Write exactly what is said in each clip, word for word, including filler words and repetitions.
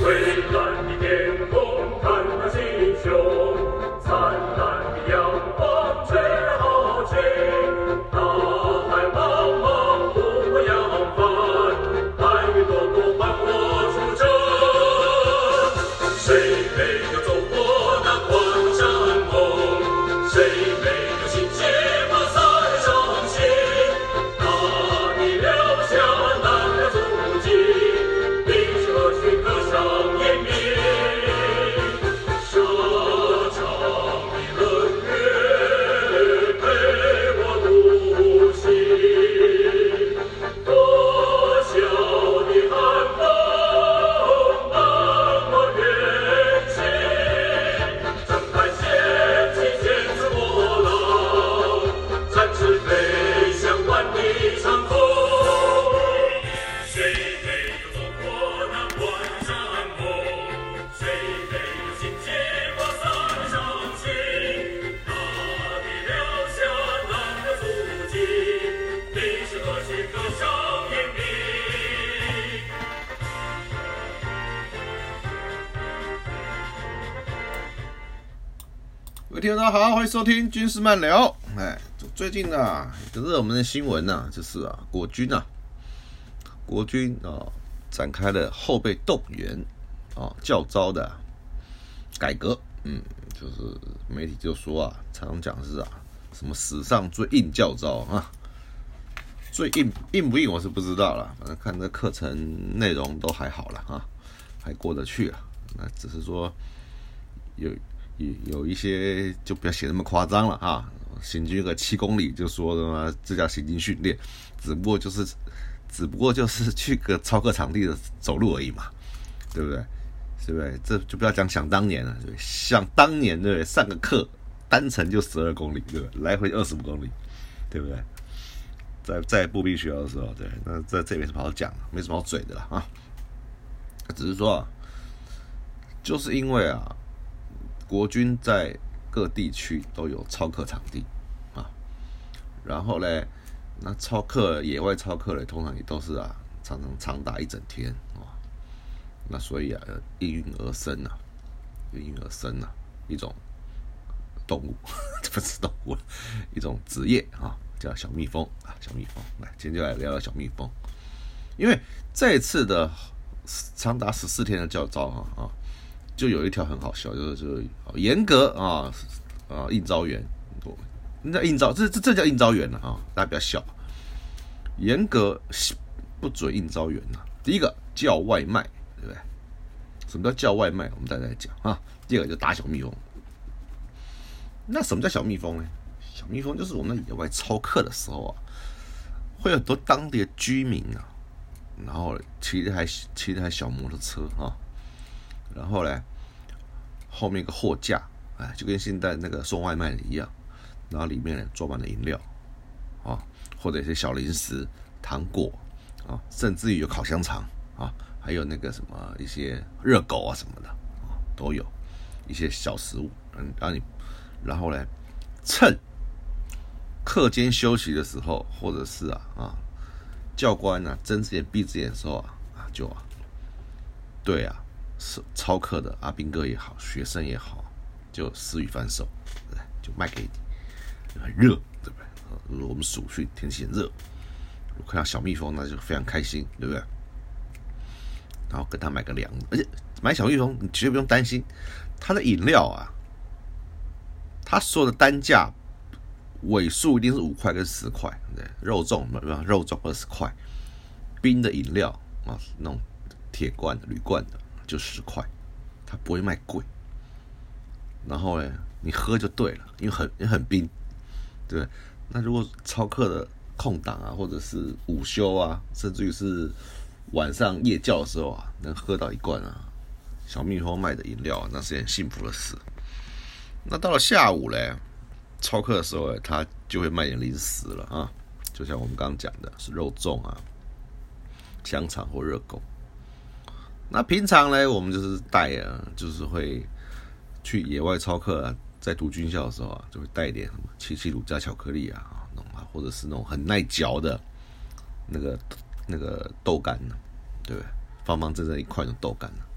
各位听众大家好，欢迎收听军事漫聊。哎，最近啊，有个热门的新闻呐、啊，就是啊，国军啊，国军啊展开了后备动员啊教招的、啊、改革。嗯，就是媒体就说啊，常常讲是啊，什么史上最硬教招啊，最硬硬不硬我是不知道啦，反正看这课程内容都还好啦啊，还过得去啊。那只是说有。有一些就不要写那么夸张了啊，行军个七公里就说的嘛，这叫行军训练，只不过就是只不过就是去个操课场地的走路而已嘛，对不对？对不对？这就不要讲想当年了，对不对？想当年对不对？上个课单程就十二公里，对不对？来回二十五公里，对不对？在在步兵学校的时候，对，那这这没什么好讲，没什么好嘴的啦啊，只是说啊，就是因为啊。国军在各地区都有操课场地啊，然后呢，那操课野外操课呢，通常也都是啊，常常长达一整天啊，那所以啊，应运而生啊，应运而生啊，一种动物，不是动物，一种职业啊，叫小蜜蜂啊，小蜜蜂。来，今天就来聊聊小蜜蜂，因为这次的长达十四天的教招啊啊。就有一条很好笑，就是就是严格啊啊应招员，那应招这这这叫应招员了啊，大家不要笑，严格不准应招员啊。第一个叫外卖，对不对？什么叫叫外卖？我们大家来讲啊。第二个就打小蜜蜂。那什么叫小蜜蜂呢？小蜜蜂就是我们野外操课的时候啊，会有很多当地的居民啊，然后骑一台骑一台小摩托车啊。然后呢，后面一个货架，哎，就跟现在那个送外卖的一样，然后里面呢装满了饮料，啊，或者一些小零食、糖果，啊，甚至于有烤香肠，啊，还有那个什么一些热狗啊什么的，啊，都有一些小食物，嗯，然后你，然后呢，趁课间休息的时候，或者是啊啊，教官啊睁只眼闭只眼的时候啊啊就啊，对啊。操课的阿兵哥也好，学生也好，就施予翻手，对，就卖给你，很热，对不对？如果我们暑训天气很热，我看到小蜜蜂那就非常开心，对不对？然后跟他买个粮，而且买小蜜蜂你绝对不用担心，它的饮料啊，它所有的单价尾数一定是五块跟十块，对，肉粽肉粽二十块，冰的饮料啊，那种铁罐的、铝罐的。就十块，它不会卖贵。然后呢，你喝就对了，因为很也很冰，对不对？那如果操课的空档啊，或者是午休啊，甚至于是晚上夜教的时候啊，能喝到一罐啊小蜜蜂卖的饮料，那是件幸福的事。那到了下午嘞，操课的时候，他就会卖点零食了啊，就像我们刚刚讲的，是肉粽啊、香肠或热狗。那平常呢，我们就是带啊，就是会去野外操课啊，在读军校的时候啊，就会带一点什么七七乳加巧克力啊，那种啊，或者是那种很耐嚼的那个那个豆干呢，对不对？方方正正一块的豆干呢，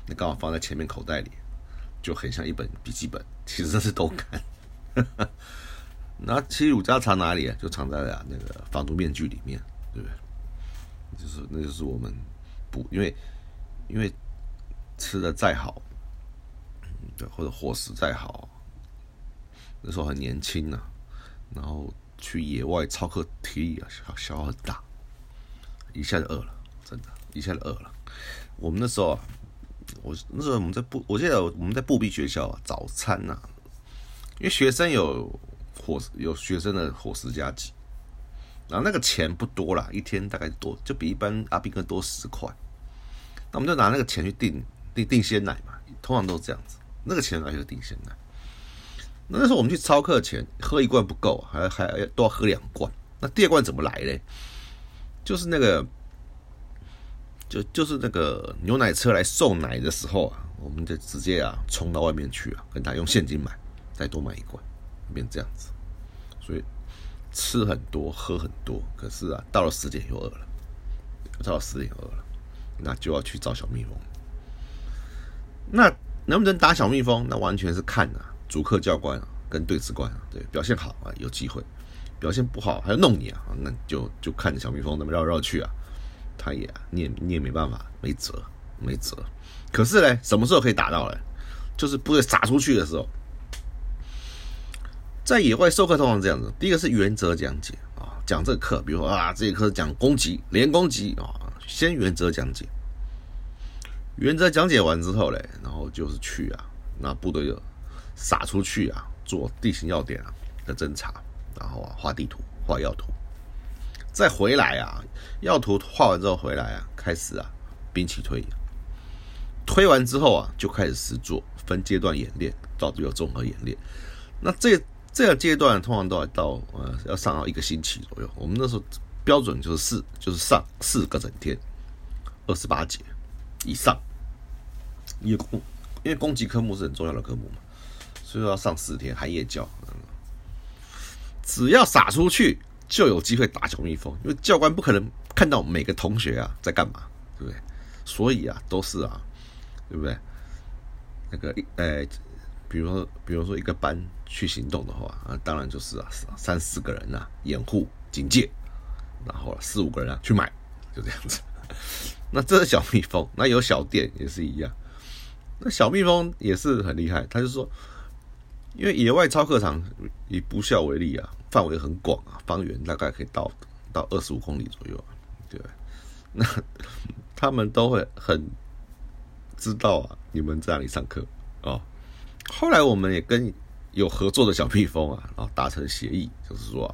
那刚好放在前面口袋里，就很像一本笔记本，其实这是豆干。那其实乳加藏哪里啊？就藏在啊那个防毒面具里面，对不对？就是那就是我们补，因为因为吃的再好，对，或者伙食再好，那时候很年轻啊，然后去野外操课，体力啊消耗很大，一下就饿了，真的，一下就饿了。我们那时候啊，我那时候我们在步，我记得我们在步兵学校啊，早餐啊，因为学生有伙有学生的伙食加给，然后那个钱不多啦，一天大概多，就比一般阿兵哥多十块。那我们就拿那个钱去订订订鲜奶嘛，通常都是这样子。那个钱拿去订鲜奶。那时候我们去操课前喝一罐不够，还还都要喝两罐。那第二罐怎么来嘞？就是那个，就就是那个牛奶车来送奶的时候啊，我们就直接啊冲到外面去啊，跟他用现金买，再多买一罐，变这样子。所以吃很多，喝很多，可是啊，到了十点又饿了，到了十点又饿了，那就要去找小蜜蜂。那能不能打小蜜蜂？那完全是看啊，主课教官啊跟对士官啊，对，表现好啊有机会，表现不好还要弄你啊，那就就看着小蜜蜂那么绕绕去啊，他也啊，你也你也没办法，没辙，没辙。可是呢，什么时候可以打到呢？就是部队撒出去的时候。在野外授课通常这样子，第一个是原则讲解啊，讲这个课，比如说啊，这一课讲攻击、连攻击啊，先原则讲解。原则讲解完之后嘞，然后就是去啊，那部队就撒出去啊，做地形要点啊的侦查，然后啊画地图、画要图，再回来啊，要图画完之后回来啊，开始啊兵棋推演，推完之后啊就开始实作，分阶段演练，到底有综合演练。那这这个阶段通常都要到呃要上到一个星期左右。我们那时候标准就是四，就是上四个整天，二十八节以上。因为因为攻击科目是很重要的科目嘛，所以要上四天，还夜教。只要撒出去，就有机会打小蜜蜂，因为教官不可能看到每个同学啊在干嘛，对不对？所以啊，都是啊，对不对？那个呃。比如说，比如说一个班去行动的话，啊，当然就是啊，三四个人啊，掩护警戒，然后四五个人啊去买，就这样子。那这是小蜜蜂，那有小店也是一样。那小蜜蜂也是很厉害，他就说，因为野外操课场以部校为例啊，范围很广啊，方圆大概可以到到二十五公里左右，对不对？那他们都会很知道啊，你们在哪里上课哦。后来我们也跟有合作的小蜜蜂啊，然后达成协议，就是说啊，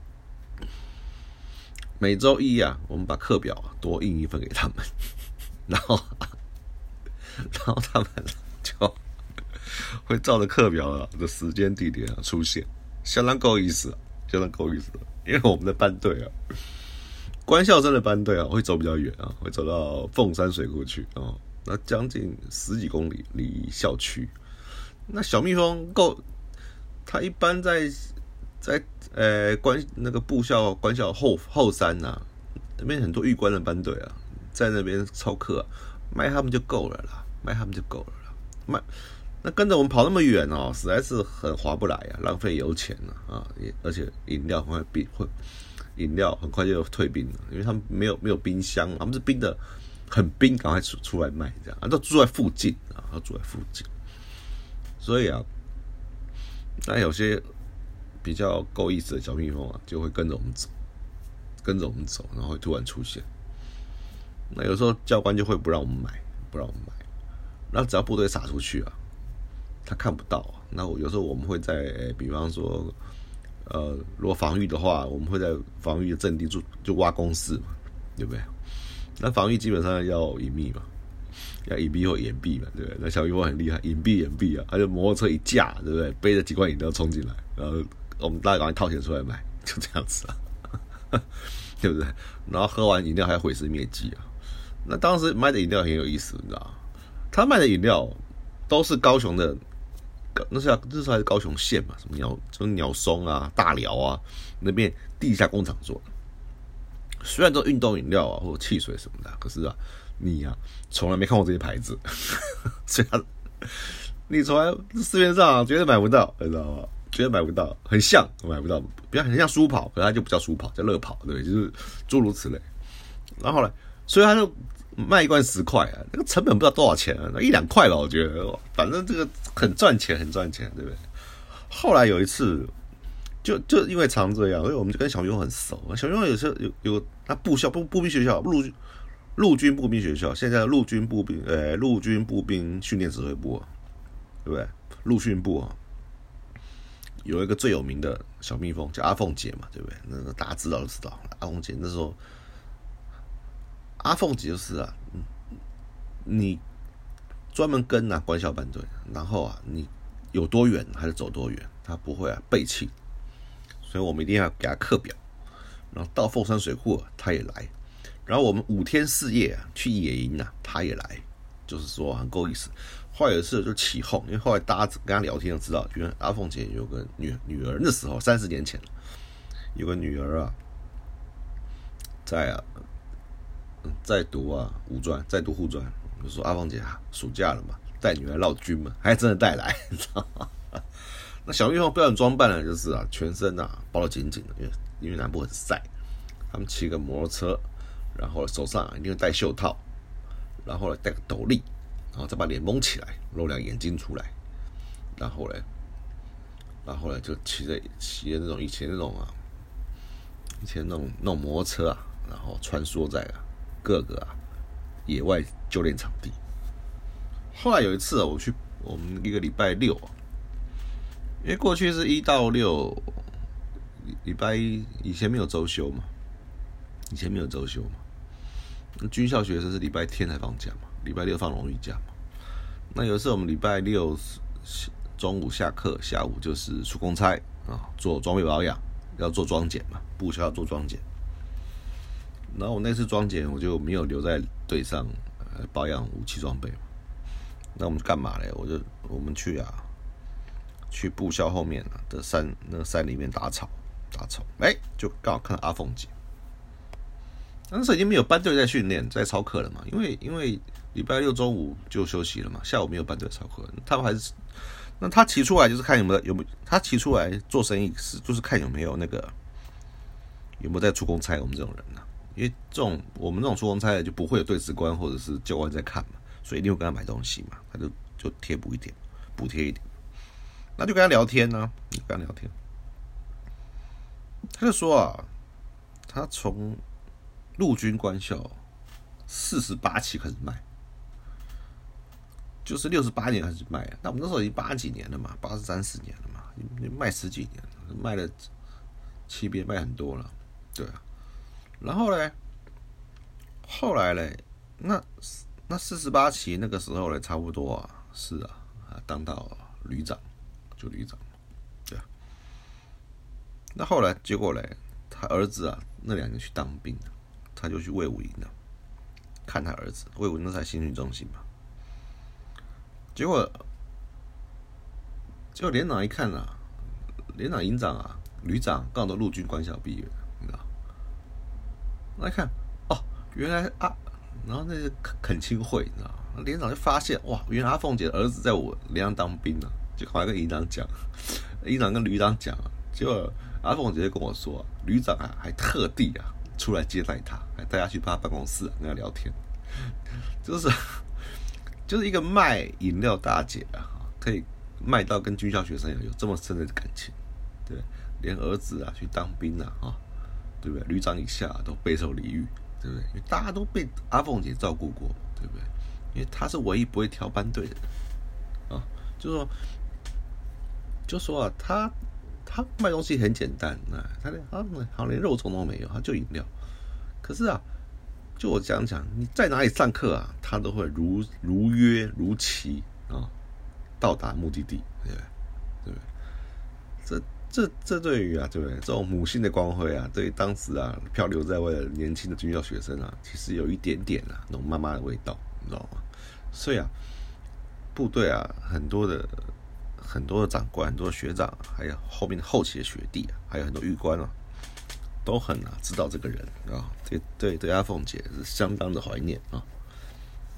每周一啊，我们把课表啊多印一份给他们，然后，然后他们就会照着课表啊的时间地点啊出现，相当够意思啊，相当够意思。因为我们的班队啊，官校生的班队啊，会走比较远啊，会走到凤山水库去啊，那将近十几公里离校区。那小蜜蜂够，它一般在在呃官那个部校官校后后山呐、啊，那边很多预官的班队啊，在那边操课、啊，卖他们就够了啦，卖他们就够了啦。卖那跟着我们跑那么远哦，实在是很划不来啊，浪费油钱啊啊！也而且饮料很快冰，会饮料很快就退冰了，因为他们没有没有冰箱，他们是冰的很冰，赶快出出来卖这样啊，都住在附近啊，都住在附近。所以啊，那有些比较够意思的小蜜蜂啊，就会跟着我们走，跟着我们走，然后会突然出现。那有时候教官就会不让我们买，不让我们买。然后只要部队撒出去啊，他看不到啊。那有时候我们会在，欸、比方说，呃，如果防御的话，我们会在防御的阵地就就挖工事嘛，对不对？那防御基本上要隐秘嘛。要隐蔽或掩蔽嘛，对不对？那小蜜蜂很厉害，隐蔽掩蔽啊，他就摩托车一架，对不对？背着几罐饮料冲进来，然后我们大家赶快掏钱出来买，就这样子啊，对不对？然后喝完饮料还要毁尸灭迹啊。那当时卖的饮料很有意思，你知道吗？他卖的饮料都是高雄的，那是那是还是高雄县嘛？什么鸟，什么鸟松啊、大寮啊那边地下工厂做的。虽然都运动饮料啊或者汽水什么的，可是啊。你呀、啊，从来没看过这些牌子， 所以他你从来市面上绝对买不到，你知道吗？绝对买不到，很像买不到，比较很像舒跑，可是它就不叫舒跑，叫乐跑，对，就是诸如此类。然后后来，所以他就卖一罐十块啊，那个成本不知道多少钱啊，一两块吧，我觉得，反正这个很赚钱，很赚钱，对不对？后来有一次，就就因为常这样，所以我们就跟小兵很熟。小兵有时候有有那步校步步兵学校陆陆军步兵学校，现在的陆军步兵呃陆军步兵训练指挥部、啊，对不对？陆训部啊，有一个最有名的小蜜蜂叫阿凤姐嘛，对不对？那个大家知道都知道，阿凤姐那时候，阿凤姐就是啊，你专门跟啊官校班队，然后啊你有多远还是走多远，他不会啊背弃，所以我们一定要给他课表，然后到凤山水库、啊、他也来，然后我们五天四夜啊去野营啊他也来，就是说很够意思。后来有一次就起哄，因为后来大家跟他聊天就知道，原来阿凤姐有个女女儿，那时候三十年前有个女儿啊，在啊在读啊五专，在读护专，就说阿凤姐啊暑假了嘛，带女儿绕军嘛，还真的带来，你知道吗？那小蜜蜂标准装扮呢，就是啊全身啊包得紧紧的，因为因为南部很晒，他们骑个摩托车，然后手上、啊、一定会戴袖套，然后呢戴个斗笠。然后再把脸蒙起来，露两眼睛出来，然后嘞，然后嘞就骑着骑着那种以前那种啊，以前那种那种摩托车啊，然后穿梭在啊各个啊野外就练场地。后来有一次啊，我去我们一个礼拜六啊，因为过去是一到六礼拜一以前没有周休嘛，以前没有周休嘛，军校学生是礼拜天才放假嘛。礼拜六放荣誉假嘛，那有时候我们礼拜六中午下课，下午就是出公差啊，做装备保养，要做装检嘛，部校要做装检。然后我那次装检我就没有留在队上、呃、保养武器装备嘛，那我们干嘛嘞？我就我们去啊，去部校后面、啊、的山那个山里面打草，打草，哎、欸，就刚好看到阿凤姐。那时候已经没有班队在训练，在操课了嘛，因为因为礼拜六中午就休息了嘛，下午没有班队操课，他们还是那他骑出来就是看有没有有没有他骑出来做生意是就是看有没有那个有没有在出公差我们这种人呢、啊？因为这种我们这种出公差的就不会有队士官或者是教官在看嘛，所以一定会跟他买东西嘛，他就就贴补一点，补贴一点，那就跟他聊天呢、啊，跟他聊天，他就说啊，他从陆军官校四十八期开始卖，就是六十八年开始卖啊。那我们那时候已经八几年了嘛，八十三十年了嘛，卖十几年了，卖了七边，卖很多了，对啊。然后嘞，后来嘞，那那四十八期那个时候嘞，差不多啊，是啊，当到旅长，就旅长，对啊。那后来结果嘞，他儿子啊，那两年去当兵了。他就去卫武营了，看他儿子。卫武营那是在新训中心嘛，结果，结果连长一看啊，连长、营长啊、旅长刚好都陆军官校毕业，你知道？那一看，哦，原来啊，然后那是恳亲会，你知道？连长就发现，哇，原来阿凤姐的儿子在我连上当兵了、啊，就赶快跟营长讲，营长跟旅长讲啊，结果阿凤姐就跟我说、啊，旅长啊还特地啊。出来接待他，还带他去他办公室、啊、跟他聊天，就是就是一个卖饮料大姐啊，可以卖到跟军校学生有这么深的感情，对，连儿子啊去当兵啊，啊，对不对？旅长以下、啊、都备受礼遇，对不对？因为大家都被阿凤姐照顾过，对不对？因为他是唯一不会挑班队的人啊，就说就说啊，他。他卖东西很简单啊，他连他好连肉虫都没有，他就饮料。可是啊，就我讲讲，你在哪里上课啊，他都会如如约如期啊到达目的地，对不对？对不对？这这这对于啊，对不对？这种母性的光辉啊，对于当时啊漂流在外的年轻的军校学生啊，其实有一点点啊那种妈妈的味道，你知道吗？所以啊，部队啊很多的。很多的长官、很多的学长，还有后面的后期的学弟、啊，还有很多狱官啊，都很啊知道这个人啊，对对对，阿凤姐是相当的怀念啊。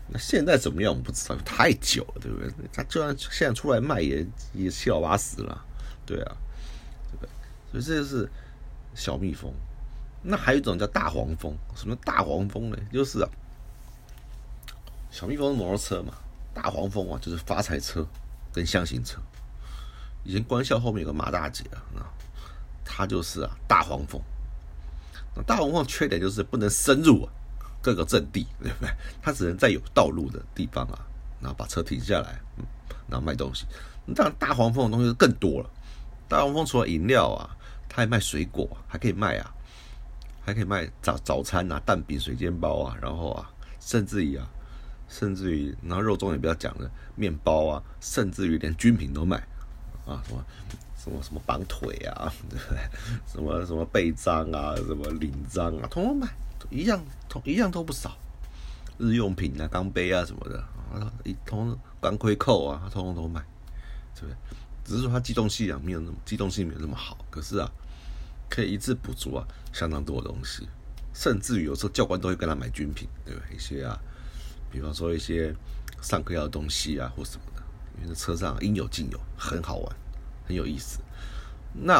那现在怎么样我们不知道，太久了，对不对？他就算现在出来卖也也七老八十了，对啊，对不对？所以这就是小蜜蜂。那还有一种叫大黄蜂，什么大黄蜂呢？就是啊，小蜜蜂是摩托车嘛，大黄蜂啊就是发财车跟箱型车。以前官校后面有个马大姐啊，她就是啊大黄蜂。那大黄蜂的缺点就是不能深入啊各个阵地，对不对？它只能在有道路的地方啊，然后把车停下来，嗯，然后卖东西。当然，大黄蜂的东西就更多了。大黄蜂除了饮料啊，它还卖水果，还可以卖啊，还可以卖早早餐啊，蛋饼、水煎包啊，然后啊，甚至于啊，甚至于，然后肉粽也不要讲了，面包啊，甚至于连军品都卖啊，什么什么什么绑腿啊，对不对？什么什么背章啊，什么领章啊，统统卖。一样同一样都不少，日用品啊、钢杯啊什么的，啊，一通钢盔扣啊，通通都卖，对不对？只是说它机动性啊没有那么机动性没有那么好，可是啊，可以一次补足啊相当多的东西，甚至于有时候教官都会跟他买军品，对不对？一些啊，比方说一些上课要的东西啊或什么的，因为车上应有尽有，很好玩，很有意思。那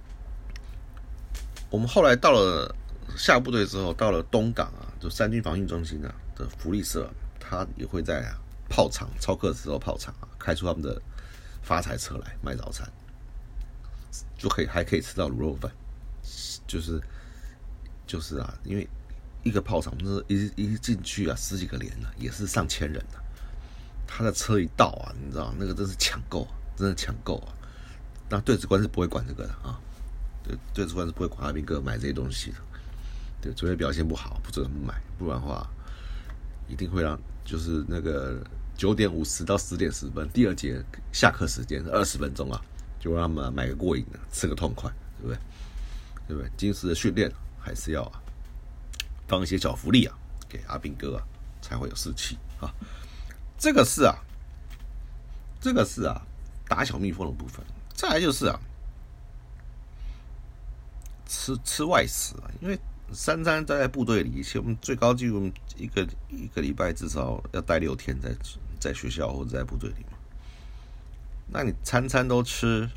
我们后来到了。下部队之后，到了东港啊，就三军防训中心啊的福利社，他也会在啊炮场操课的时候炮场啊开出他们的发财车来卖早餐，就可以还可以吃到卤肉饭，就是就是啊，因为一个炮场，那一一进去啊十几个连啊，也是上千人啊，他的车一到啊，你知道那个真是抢购，真的抢购啊，那队指官是不会管这个的啊，对，队指官是不会管阿兵哥买这些东西的。对，除非表现不好，不准买，不然的话，一定会让就是那个九点五十到十点十分，第二节下课时间二十分钟啊，就让他们买个过瘾的，吃个痛快，对不对？对不对？今时的训练还是要啊，放一些小福利啊，给阿兵哥啊，才会有士气啊。这个是啊，这个是啊，打小蜜蜂的部分。再来就是啊，吃吃外食啊，因为。三餐待在部队里，以前我们最高纪录一个一个礼拜至少要待六天在在学校或者在部队里嘛。那你餐餐都吃，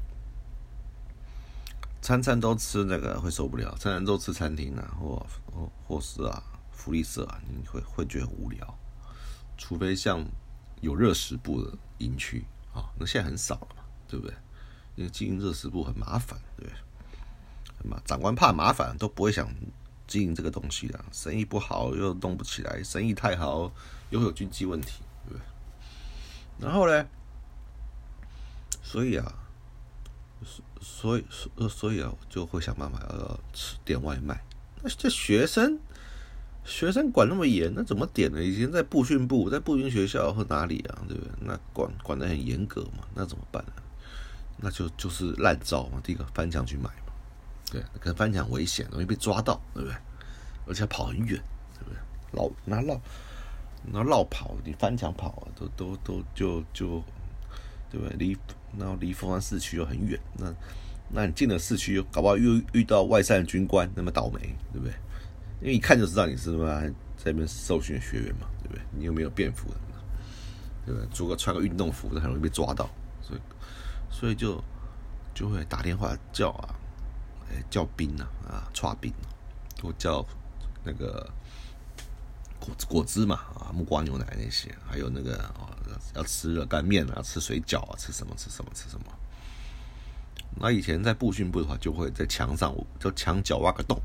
餐餐都吃那个会受不了，餐餐都吃餐厅啊，或或或是啊福利社啊，你会会觉得很无聊。除非像有热食部的营区啊，那现在很少了嘛，对不对？因为经营热食部很麻烦，对不对？长官怕麻烦，都不会想。经营这个东西的，生意不好又弄不起来，生意太好又会有经济问题，对不对？然后呢，所以啊，所以所以啊，就会想办法要吃点外卖。那这学生学生管那么严，那怎么点呢？以前在部训部，在步军学校或哪里啊，对不对？那管管得很严格嘛，那怎么办呢？那就就是烂招嘛，第一个翻墙去买嘛。对，可能翻墙危险，容易被抓到，对不对？而且跑很远，对不对？绕那绕，然后绕跑，你翻墙跑啊，都都都就就，对不对？离然后离凤山市区又很远，那那你进了市区，搞不好又遇到外散军官，那么倒霉，对不对？因为一看就知道你是嘛在那边受训的学员嘛，对不对？你有没有便服的？对不对？如果穿个运动服，很容易被抓到，所以所以就就会打电话叫啊。叫冰啊，啊，剉冰，或叫那个果果汁嘛，啊，木瓜牛奶那些，还有那个啊，要吃热干面啊，吃水饺啊，吃什么吃什么吃什么。那以前在步训部的话，就会在墙上就墙角挖个洞，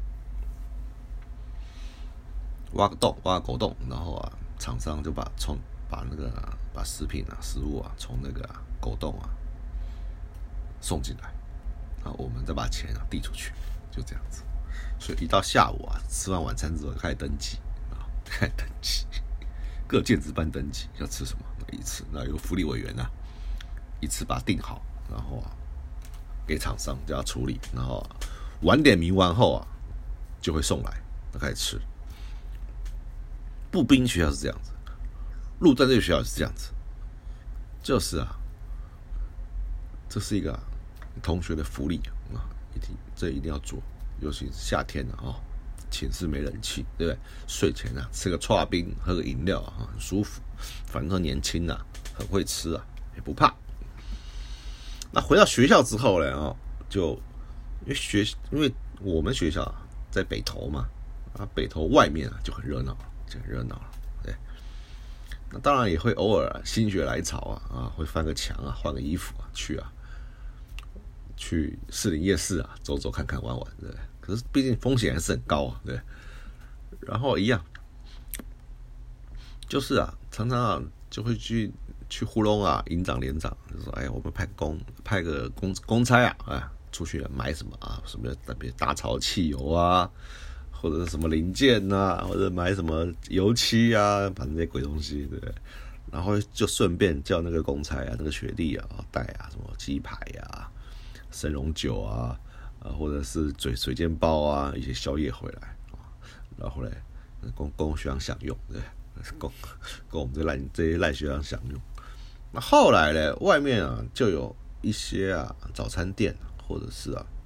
挖个洞，挖个狗洞，然后啊，厂商就把从把那个把食品啊、食物啊从那个、啊、狗洞啊送进来。啊，我们再把钱啊递出去，就这样子。所以一到下午啊，吃完晚餐之后就开始登记啊，开始登记，各建职班登记要吃什么，一次那有福利委员啊，一次把它定好，然后啊给厂商就要处理，然后、啊、晚点名完后啊就会送来，开始吃。步兵学校是这样子，陆战队学校是这样子，就是啊，这是一个、啊。同学的福利啊，一定这一定要做，尤其是夏天啊， 寝室没冷气，对不对？睡前啊吃个剉冰，喝个饮料啊，很舒服。反正年轻啊，很会吃啊，也不怕。那回到学校之后呢，哦，就因为学，因为我们学校啊在北投嘛，啊北投外面啊就很热闹，就很热闹了，对。那当然也会偶尔、啊、心血来潮啊，啊会翻个墙啊，换个衣服啊，去啊，去士林夜市啊走走看看玩玩，对不对？可是毕竟风险还是很高啊，对。然后一样，就是啊，常常啊就会去。去糊弄啊，营长、连长就说：“哎，我们派公派个公公差啊，哎，出去买什么啊？什么特别打草汽油啊，或者是什么零件啊，或者买什么油漆啊，反正这些鬼东西，对不对？然后就顺便叫那个公差啊，那个学弟啊带啊什么鸡排啊、生龙酒啊，啊或者是水水煎包啊，一些宵夜回来，然后嘞供供学长享用，对，供供我们这烂这些烂学长享用。”那后来呢，外面啊就有一些啊早餐店，或者是啊，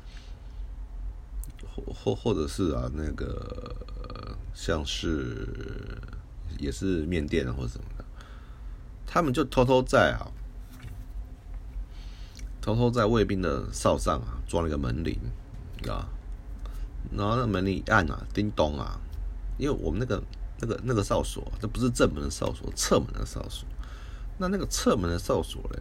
或或或者是啊那个像是也是面店啊或者什么的，他们就偷偷在啊，偷偷在卫兵的哨上啊装了一个门铃啊，然后那门铃一按啊，叮咚啊，因为我们那个那个那个哨所，这不是正门的哨所，侧门的哨所。那那个侧门的哨所嘞，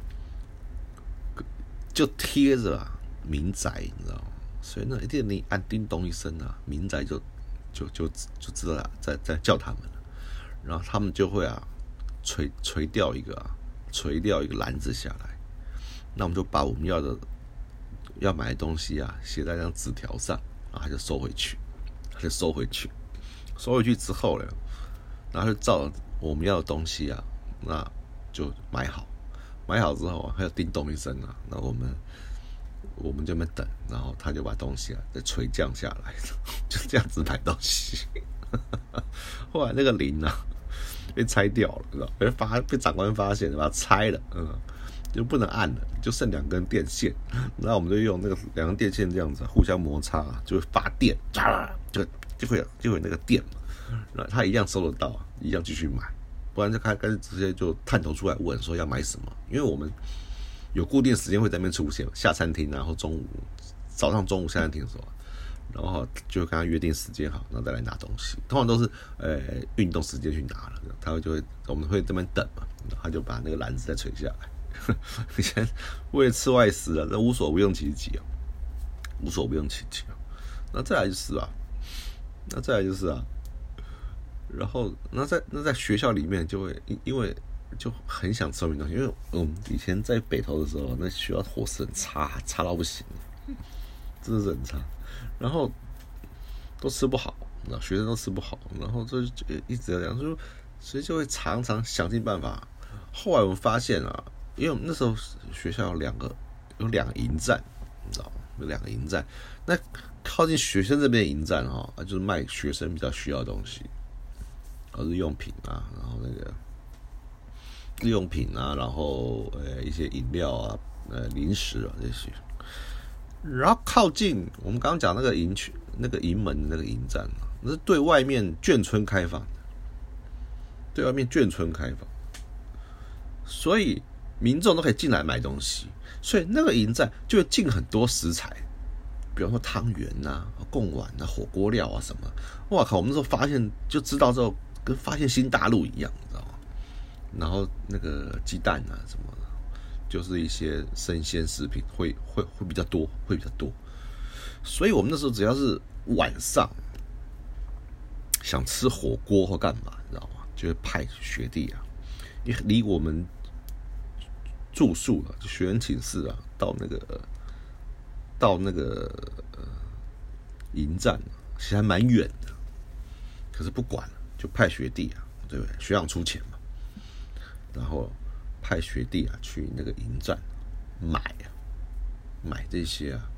就贴着啊民宅，你知道吗？所以那一定你按叮咚一声啊，民宅就就就就知道了，在在叫他们了。然后他们就会啊垂垂掉一个啊垂掉一个篮子下来，那我们就把我们要的要买的东西啊写在那张纸条上，然后他就收回去，他就收回去，收回去之后呢，然后就照我们要的东西啊，那。就买好，买好之后啊，还有叮咚一声啊，那我们我们就在那等，然后他就把东西啊再垂降下来，就这样子买东西。后来那个铃啊被拆掉了，知道？被发被长官发现，把它拆了，嗯，就不能按了，就剩两根电线，那我们就用那个两根电线这样子互相摩擦，就会发电，就就会就会有那个电嘛，那他一样收得到，一样继续买。不然就开开始直接就探头出来问说要买什么，因为我们有固定时间会在那边出现，下餐厅，然后中午早上中午下餐厅的时候，然后就跟他约定时间好，然后再来拿东西。通常都是呃运动时间去拿了，他就会我们会这边等嘛，他就把那个篮子再垂下来。以前为了吃外食啊，这无所不用其极啊，无所不用其极啊。那再来就是啊，那再来就是啊。然后，那在那在学校里面就会，因为就很想吃外面东西，因为我们以前在北投的时候，那学校伙食很差，差到不行，真的是很差。然后都吃不好，学生都吃不好，然后就一直这样，就所以就会常常想尽办法。后来我们发现啊，因为我们那时候学校有两个有两个营站，你知道吗？有两个营站，那靠近学生这边的营站哈、哦，就是卖学生比较需要的东西。日用品啊，然后那个日用品啊，然后呃一些饮料啊，呃零食啊这些，然后靠近我们刚刚讲那个营区、那个营门的那个营站啊，那是对外面眷村开放的，对外面眷村开放，所以民众都可以进来买东西，所以那个营站就会进很多食材，比方说汤圆啊、贡丸啊、火锅料啊什么，哇靠！我们那时候发现就知道之后。跟发现新大陆一样，你知道吗？然后那个鸡蛋啊什么的，就是一些生鲜食品会会会比较多，会比较多。所以我们那时候只要是晚上想吃火锅或干嘛，你知道吗？就会派学弟啊，因为离我们住宿啊，就学员寝室啊，到那个到那个营站，其实还蛮远的，可是不管了。就派学弟啊，对不对？学长出钱嘛，然后派学弟啊去那个营站买啊，买这些啊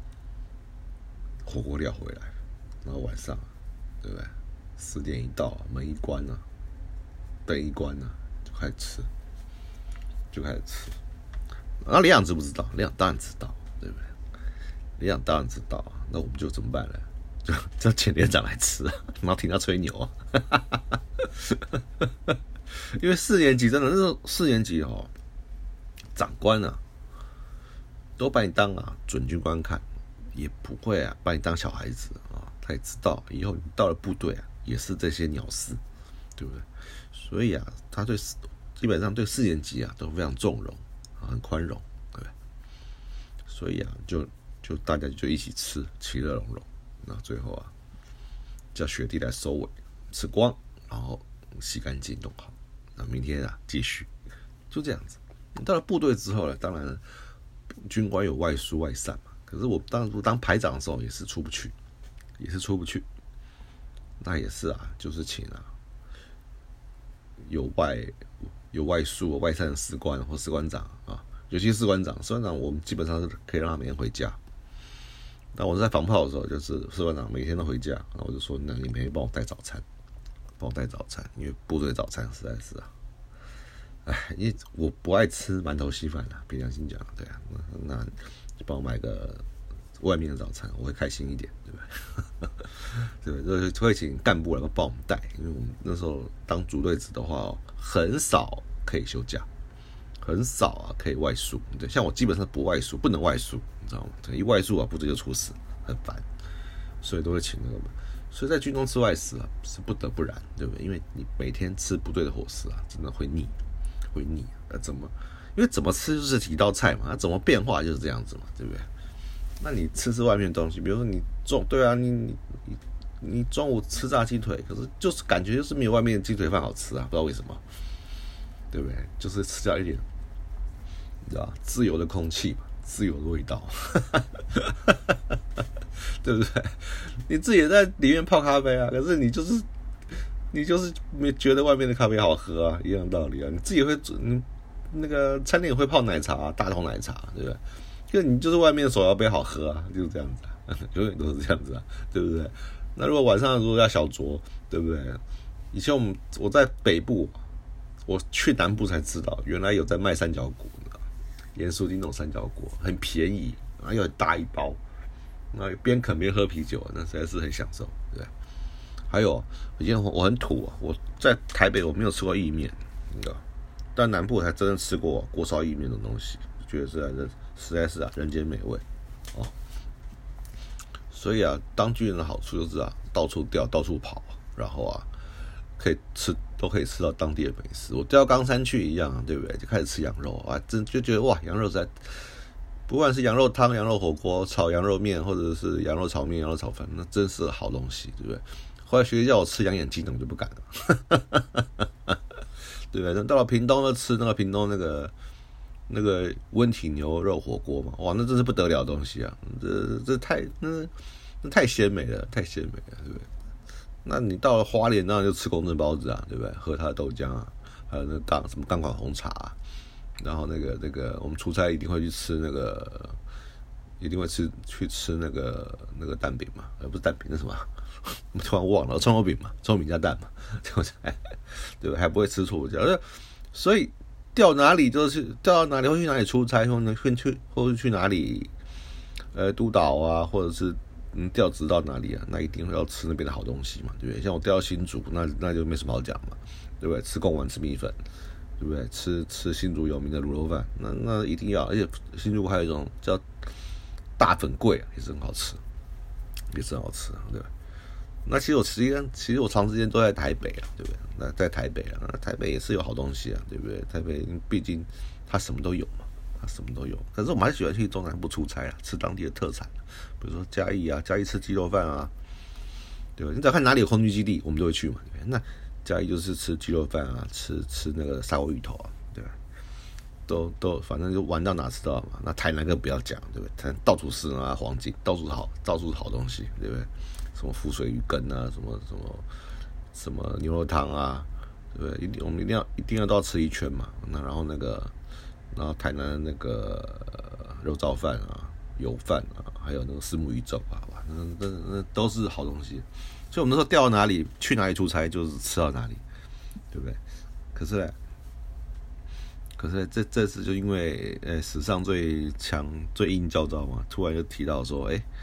火锅料回来，然后晚上、啊、对不对？十点一到、啊，门一关啊，灯一关啊，就开始吃，就开始吃。然后连长知不知道？连长当然知道，对不对？连长当然知道，那我们就怎么办呢？ 就叫前连长来吃啊，然后听他吹牛啊。因为四年级真的是四年级哦，长官啊都把你当啊准军官看，也不会啊把你当小孩子啊，他也知道以后你到了部队啊也是这些鸟事，对不对？所以啊，他对基本上对四年级啊都非常纵容啊，很宽容，对不对？所以啊，就就大家就一起吃，其乐融融。那最后啊，叫学弟来收尾，吃光，然后洗干净弄好。那明天啊继续，就这样子。到了部队之后呢，当然军官有外疏外散嘛。可是我当初当排长的时候也是出不去，也是出不去。那也是啊，就是请啊有外有外宿外散的士官或士官长啊，尤其是士官长，士官长我们基本上是可以让他每天回家。那我在防炮的时候，就是士官长每天都回家，然后我就说，那你每天帮我带早餐，帮我带早餐，因为部队早餐实在是啊，哎，因为我不爱吃馒头稀饭啊，凭良心讲，对啊，那那就帮我买个外面的早餐，我会开心一点，对不对？对不对？就会请干部来帮我们带，因为我们那时候当主队长的话，很少可以休假，很少啊可以外宿。对，像我基本上不外宿，不能外宿，你知道吗？一外宿啊，部队就出事，很烦，所以都会请那个。所以在军中吃外食啊，是不得不然，对不对？因为你每天吃部队的伙食啊，真的会腻，会腻。那怎么？因为怎么吃就是几道菜嘛，那怎么变化就是这样子嘛，对不对？那你吃吃外面的东西，比如说你中对啊，你你你中午吃炸鸡腿，可是就是感觉就是没有外面的鸡腿饭好吃啊，不知道为什么，对不对？就是吃到一点，你知道自由的空气嘛，自由的味道，对不对？你自己也在里面泡咖啡啊，可是你就是你就是没觉得外面的咖啡好喝啊，一样道理啊。你自己会你那个餐厅也会泡奶茶、啊，大桶奶茶，对不对？就你就是外面的手摇杯好喝啊，就是这样子啊，永远都是这样子啊，对不对？那如果晚上如果要小酌，对不对？以前我们我在北部，我去南部才知道，原来有在卖三角果，盐酥鸡那种三角果很便宜，然后又很大一包，那边啃边喝啤酒，那实在是很享受，对不对？还有，以前我很土啊，我在台北我没有吃过意面，你知道，但南部我才真正吃过锅烧意面这种东西，觉得实在是实在是啊人间美味哦。所以啊，当军人的好处就是啊，到处调，到处跑，然后啊，可以吃，都可以吃到当地的美食。我调冈山去一样啊，对不对？就开始吃羊肉啊，真就觉得哇，羊肉在，不管是羊肉汤、羊肉火锅、炒羊肉面，或者是羊肉炒面、羊肉炒饭，那真是好东西，对不对？后来学姐叫我吃羊眼睛，我就不敢了，对不对？到了屏东就吃那个屏东那个。那个温体牛肉火锅嘛，哇，那真是不得了的东西啊！这这太那那太鲜美了，太鲜美了，对不对？那你到了花莲，当然就吃公正包子啊，对不对？喝它的豆浆啊，还有那钢什么钢管红茶、啊，然后那个那个我们出差一定会去吃那个，一定会吃去吃那个那个蛋饼嘛，呃不是蛋饼，那什么？我突然忘了，葱油饼嘛，葱油饼加蛋嘛，对不对？对吧？还不会吃错家，所以。调哪里就是调到哪里，会去哪里出差，或者会去，或者去哪里，呃，督导啊，或者是嗯调职到哪里啊，那一定会要吃那边的好东西嘛，对不对？像我调到新竹，那那就没什么好讲嘛，对不对？吃贡丸，吃米粉，对不对？吃吃新竹有名的卤肉饭，那那一定要，而且新竹还有一种叫大粉桂、啊，也是很好吃，也是很好吃，对吧？那其实我时间，其实我长时间都在台北啊，对不对？那在台北啊，那台北也是有好东西啊，对不对？台北毕竟它什么都有嘛，它什么都有。可是我们还喜欢去中南部出差啊，吃当地的特产，比如说嘉义啊，嘉义吃鸡肉饭啊，对吧？你只要看哪里有空军基地，我们都会去嘛，对不对？那嘉义就是吃鸡肉饭啊，吃吃那个砂锅鱼头啊，对吧？都都反正就玩到哪吃到嘛。那台南更不要讲，对不对？台南到处是啊黄金，到处好，到处是好东西，对不对？什么浮水鱼羹啊，什么什么什么牛肉汤啊，对不对？一定我们一定要一定要都要吃一圈嘛。那然后那个，然后台南那个肉燥饭啊、油饭啊，还有那个虱目鱼粥啊，哇，那那那都是好东西。所以我们那时候调到哪里，去哪里出差，就是吃到哪里，对不对？可是呢，可是这这次就因为呃史上最强最硬教招嘛，突然就提到说，哎。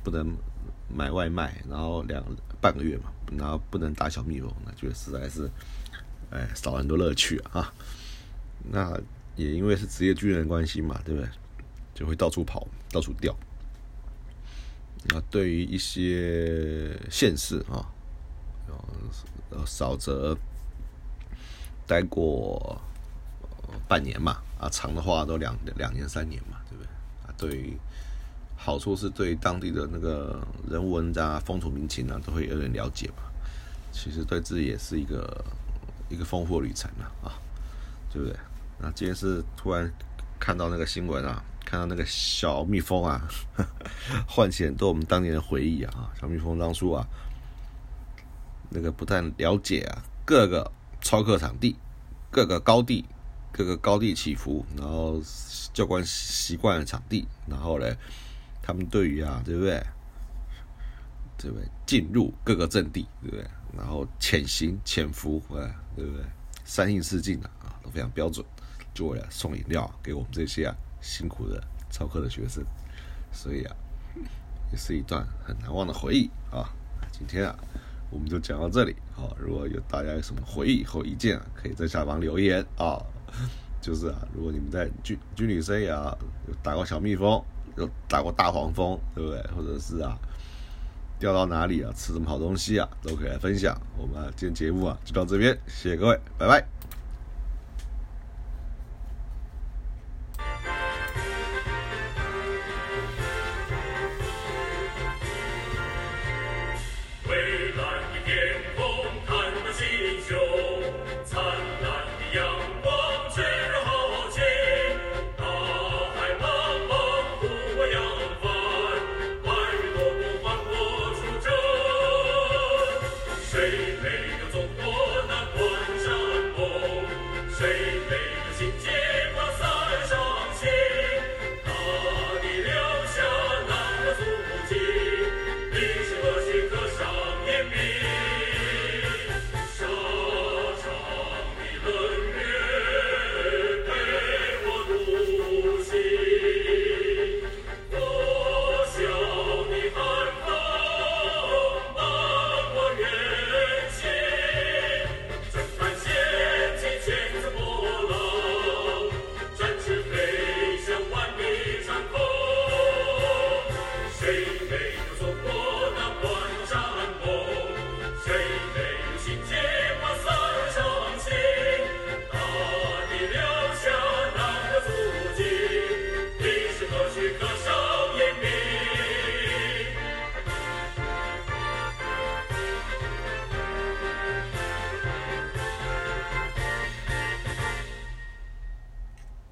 不能买外卖，然后两半个月嘛，然后不能打小蜜蜂，那觉得实在是，哎，少了很多乐趣啊。那也因为是职业军人的关系嘛，对不对？就会到处跑，到处钓。那对于一些县市啊，少则待过半年嘛，啊，长的话都两两年三年嘛，对不对？啊，对于好处是对当地的那个人文啊、风土民情啊，都会有点了解嘛。其实对自己也是一个一个丰富的旅程啊，啊，对不对？那今天是突然看到那个新闻啊，看到那个小蜜蜂啊，呵呵唤起很多我们当年的回忆啊。小蜜蜂当初啊，那个不但了解啊各个操课场地、各个高地、各个高地起伏，然后教官习惯的场地，然后呢，他们对于啊，对不对？对不对？进入各个阵地，对不对？然后潜行、潜伏，对不对？三应四进啊，都非常标准，就为了送饮料给我们这些啊辛苦的操课的学生，所以啊，也是一段很难忘的回忆啊。今天啊，我们就讲到这里啊。如果有大家有什么回忆或意见啊，可以在下方留言啊。就是啊，如果你们在军军旅生涯有打过小蜜蜂，有打过大黄蜂，对不对？或者是啊，钓到哪里啊，吃什么好东西啊，都可以来分享。我们、啊、今天节目啊就到这边，谢谢各位，拜拜。 谁没有走过那关山梦？谁没有心结？